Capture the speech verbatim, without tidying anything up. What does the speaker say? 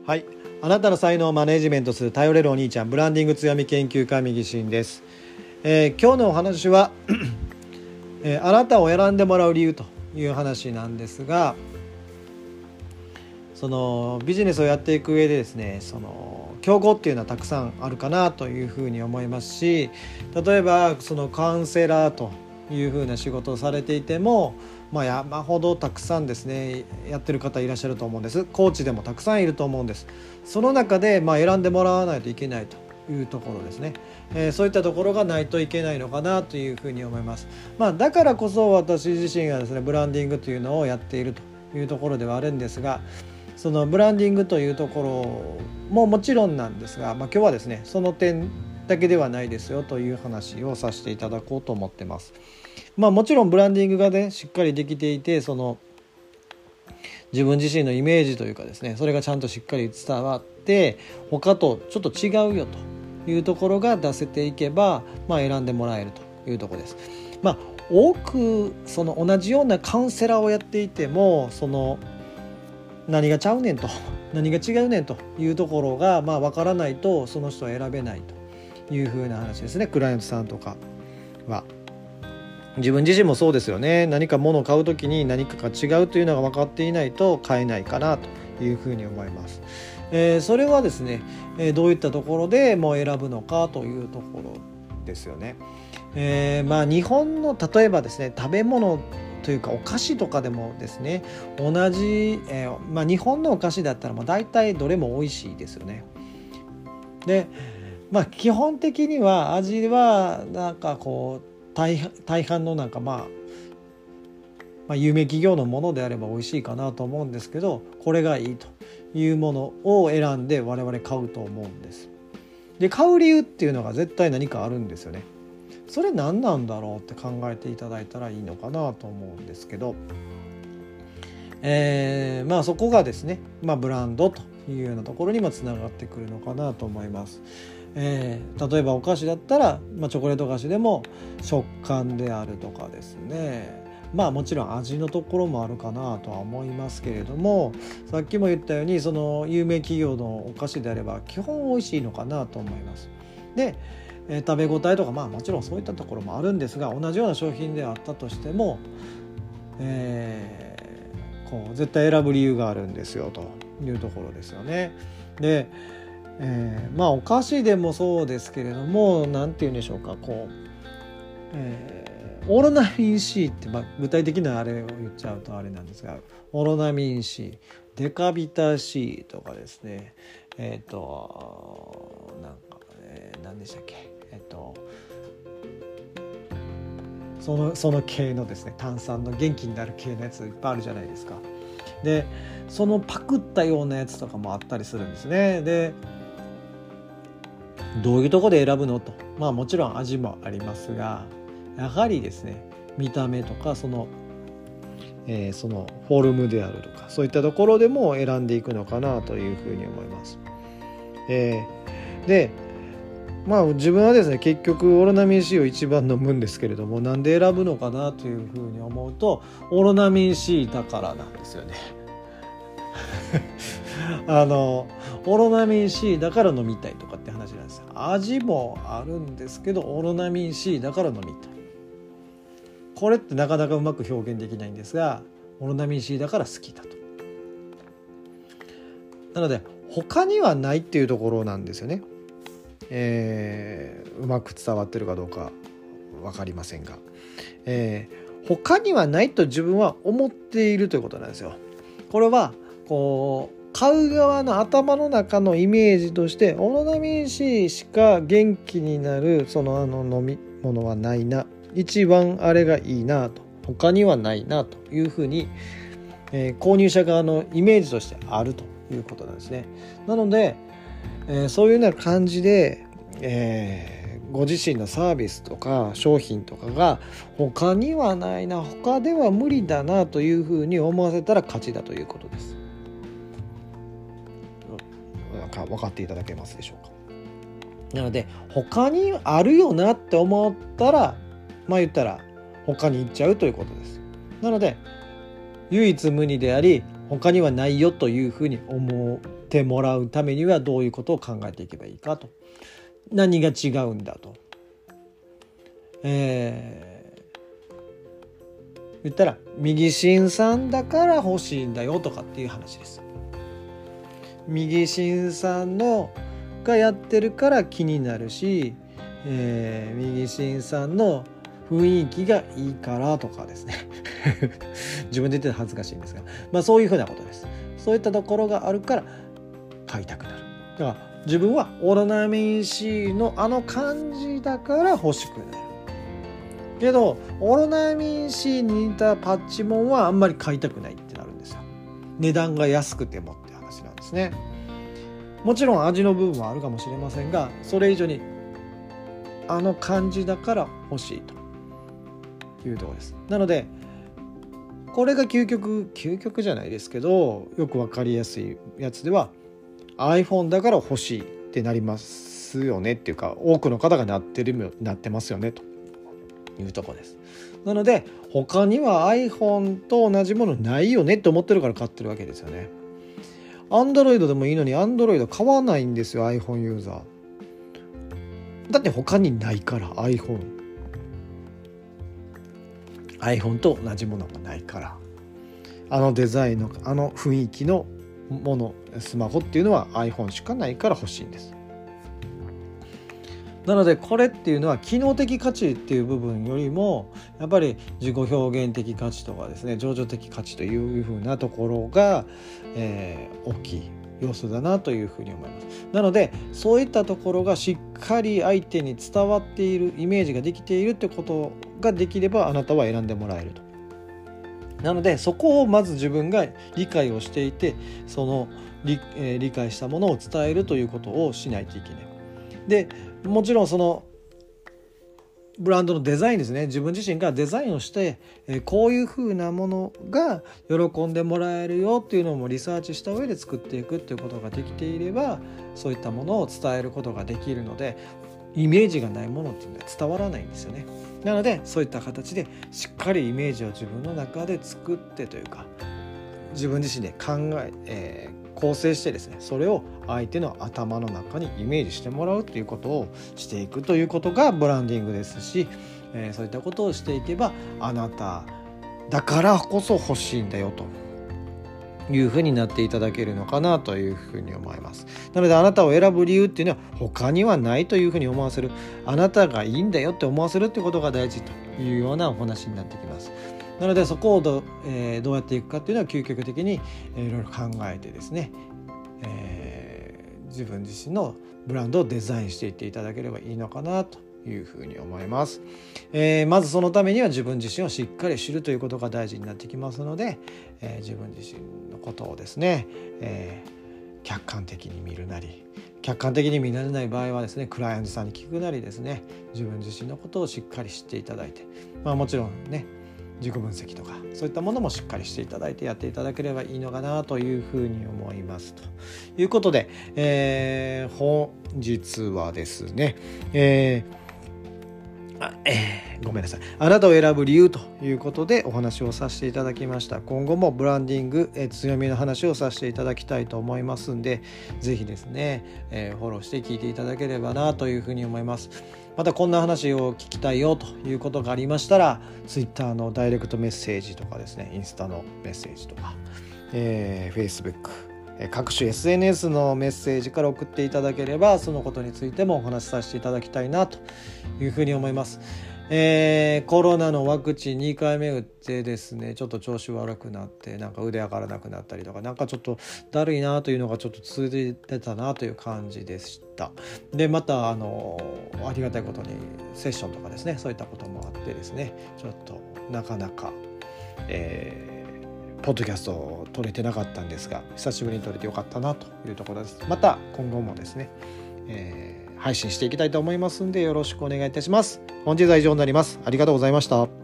はい、あなたの才能をマネジメントする頼れるお兄ちゃん、ブランディング強み研究家右進です。えー、今日のお話は、えー、あなたを選んでもらう理由という話なんですが、そのビジネスをやっていく上でですね、その競合っていうのはたくさんあるかなというふうに思いますし、例えばそのカウンセラーというふうな仕事をされていても、まあ、山ほどたくさんですねやってる方いらっしゃると思うんです。コーチでもたくさんいると思うんです。その中でまあ選んでもらわないといけないというところですね、えー、そういったところがないといけないのかなというふうに思います。まあ、だからこそ私自身がですねブランディングというのをやっているというところではあるんですが、そのブランディングというところももちろんなんですが、まあ、今日はですねその点だけではないですよという話をさせていただこうと思ってます。まあ、もちろんブランディングがねしっかりできていて、その自分自身のイメージというかですね、それがちゃんとしっかり伝わって他とちょっと違うよというところが出せていけば、まあ、選んでもらえるというところです。まあ、多くその同じようなカウンセラーをやっていても、その何がちゃうねんと何が違うねんというところがまあ分からないと、その人は選べないというふうな話ですね。クライアントさんとかは自分自身もそうですよね。何か物を買うときに何かが違うというのが分かっていないと買えないかなというふうに思います。えー、それはですね、えー、どういったところでもう選ぶのかというところですよね。えー、まあ日本の例えばですね食べ物というかお菓子とかでもですね、同じ、えーまあ、日本のお菓子だったらもう大体どれも美味しいですよね。で、まあ基本的には味はなんかこう大, 大半のなんか、まあ、まあ有名企業のものであれば美味しいかなと思うんですけど、これがいいというものを選んで我々買うと思うんです。で買う理由っていうのが絶対何かあるんですよね。それ何なんだろうって考えていただいたらいいのかなと思うんですけど、えー、まあそこがですね、まあ、ブランドというようなところにもつながってくるのかなと思います。えー、例えばお菓子だったら、まあ、チョコレート菓子でも食感であるとかですね、まあもちろん味のところもあるかなとは思いますけれども、さっきも言ったようにその有名企業のお菓子であれば基本美味しいのかなと思います。で、えー、食べ応えとかまあもちろんそういったところもあるんですが、同じような商品であったとしても、えー、こう絶対選ぶ理由があるんですよというところですよね。でえー、まあお菓子でもそうですけれども、なんて言うんでしょうか、こう、えー、オロナミン C って、まあ、具体的なあれを言っちゃうとあれなんですが、オロナミン C、 デカビタ C とかですね、えっ、ー、となんか、えー、何でしたっけ、えっ、ー、とそのその系のですね、炭酸の元気になる系のやついっぱいあるじゃないですか。でそのパクったようなやつとかもあったりするんですね。でどういうところで選ぶのと、まあもちろん味もありますが、やはりですね見た目とかその、えー、そのフォルムであるとか、そういったところでも選んでいくのかなというふうに思います。えー、でまあ自分はですね結局オロナミン C を一番飲むんですけれども、なんで選ぶのかなというふうに思うと、オロナミン C だからなんですよね。あのオロナミン C だから飲みたいとかって話なんですよ。味もあるんですけどオロナミン C だから飲みたい、これってなかなかうまく表現できないんですが、オロナミン C だから好きだと。なので他にはないっていうところなんですよね。えー、うまく伝わってるかどうか分かりませんが、えー、他にはないと自分は思っているということなんですよ。これはこう買う側の頭の中のイメージとして、オロナミン C しか元気になるそのあの飲み物はないな、一番あれがいいなと、他にはないなというふうに、えー、購入者側のイメージとしてあるということなんですね。なので、えー、そういうような感じで、えー、ご自身のサービスとか商品とかが他にはないな、他では無理だなというふうに思わせたら勝ちだということです。分かっていただけますでしょうか。なので他にあるよなって思ったら、まあ言ったら他に行っちゃうということです。なので唯一無二であり他にはないよというふうに思てもらうためにはどういうことを考えていけばいいかと、何が違うんだと、えー、言ったら右心さんだから欲しいんだよとかっていう話です。右心さんのがやってるから気になるし、えー、右心さんの雰囲気がいいからとかですね自分で言ってて恥ずかしいんですが、まあそういうふうなことです。そういったところがあるから買いたくなる。だから自分はオロナミン C のあの感じだから欲しくなるけど、オロナミン C に似たパッチモンはあんまり買いたくないってなるんですよ。値段が安くてもって話なんですね。もちろん味の部分はあるかもしれませんが、それ以上にあの感じだから欲しいというところです。なのでこれが究極究極じゃないですけど、よく分かりやすいやつでは iPhone だから欲しいってなりますよねっていうか、多くの方がなってるなってますよねというところです。なので他には iPhone と同じものないよねって思ってるから買ってるわけですよね。Android でもいいのに Android 買わないんですよ iPhone ユーザー。だって他にないから。 iPhone iPhone と同じものがないから、あのデザインのあの雰囲気のもの、スマホっていうのは iPhone しかないから欲しいんです。なのでこれっていうのは機能的価値っていう部分よりもやっぱり自己表現的価値とかですね、情緒的価値というふうなところが、えー、大きい要素だなというふうに思います。なのでそういったところがしっかり相手に伝わっている、イメージができているってことができればあなたは選んでもらえると。なのでそこをまず自分が理解をしていて、その 理,、えー、理解したものを伝えるということをしないといけない。でもちろんそのブランドのデザインですね、自分自身がデザインをして、えー、こういう風なものが喜んでもらえるよっていうのもリサーチした上で作っていくっていうことができていれば、そういったものを伝えることができるので、イメージがないものっていうのは伝わらないんですよね。なのでそういった形でしっかりイメージを自分の中で作ってというか、自分自身で考ええー構成してですね、それを相手の頭の中にイメージしてもらうということをしていくということがブランディングですし、えー、そういったことをしていけばあなただからこそ欲しいんだよというふうになっていただけるのかなというふうに思います。なのであなたを選ぶ理由っていうのは他にはないというふうに思わせる、あなたがいいんだよって思わせるってことが大事というようなお話になってきます。なのでそこを ど,、えー、どうやっていくかっていうのは究極的に、えー、いろいろ考えてですね、えー、自分自身のブランドをデザインしていっていただければいいのかなというふうに思います。えー、まずそのためには自分自身をしっかり知るということが大事になってきますので、えー、自分自身のことをですね、えー、客観的に見るなり、客観的に見られない場合はですね、クライアントさんに聞くなりですね、自分自身のことをしっかり知っていただいて、まあもちろんね、自己分析とかそういったものもしっかりしていただいてやっていただければいいのかなというふうに思いますということで、えー、本日はですね、えーあえー、ごめんなさいあなたを選ぶ理由ということでお話をさせていただきました。今後もブランディング、えー、強みの話をさせていただきたいと思いますんで、ぜひですね、えー、フォローして聞いていただければなというふうに思います。またこんな話を聞きたいよということがありましたら Twitter のダイレクトメッセージとかですね、インスタのメッセージとか、えー、Facebook、各種 エスエヌエス のメッセージから送っていただければそのことについてもお話しさせていただきたいなというふうに思います。えー、コロナのワクチンにかいめ打ってですね、ちょっと調子悪くなってなんか腕上がらなくなったりとか、なんかちょっとだるいなというのがちょっと続いてたなという感じでした。でまたあのありがたいことにセッションとかですね、そういったこともあってですね、ちょっとなかなか、えー、ポッドキャストを撮れてなかったんですが、久しぶりに撮れてよかったなというところです。また今後もですね、えー配信していきたいと思いますのでよろしくお願いいたします。本日は以上になります。ありがとうございました。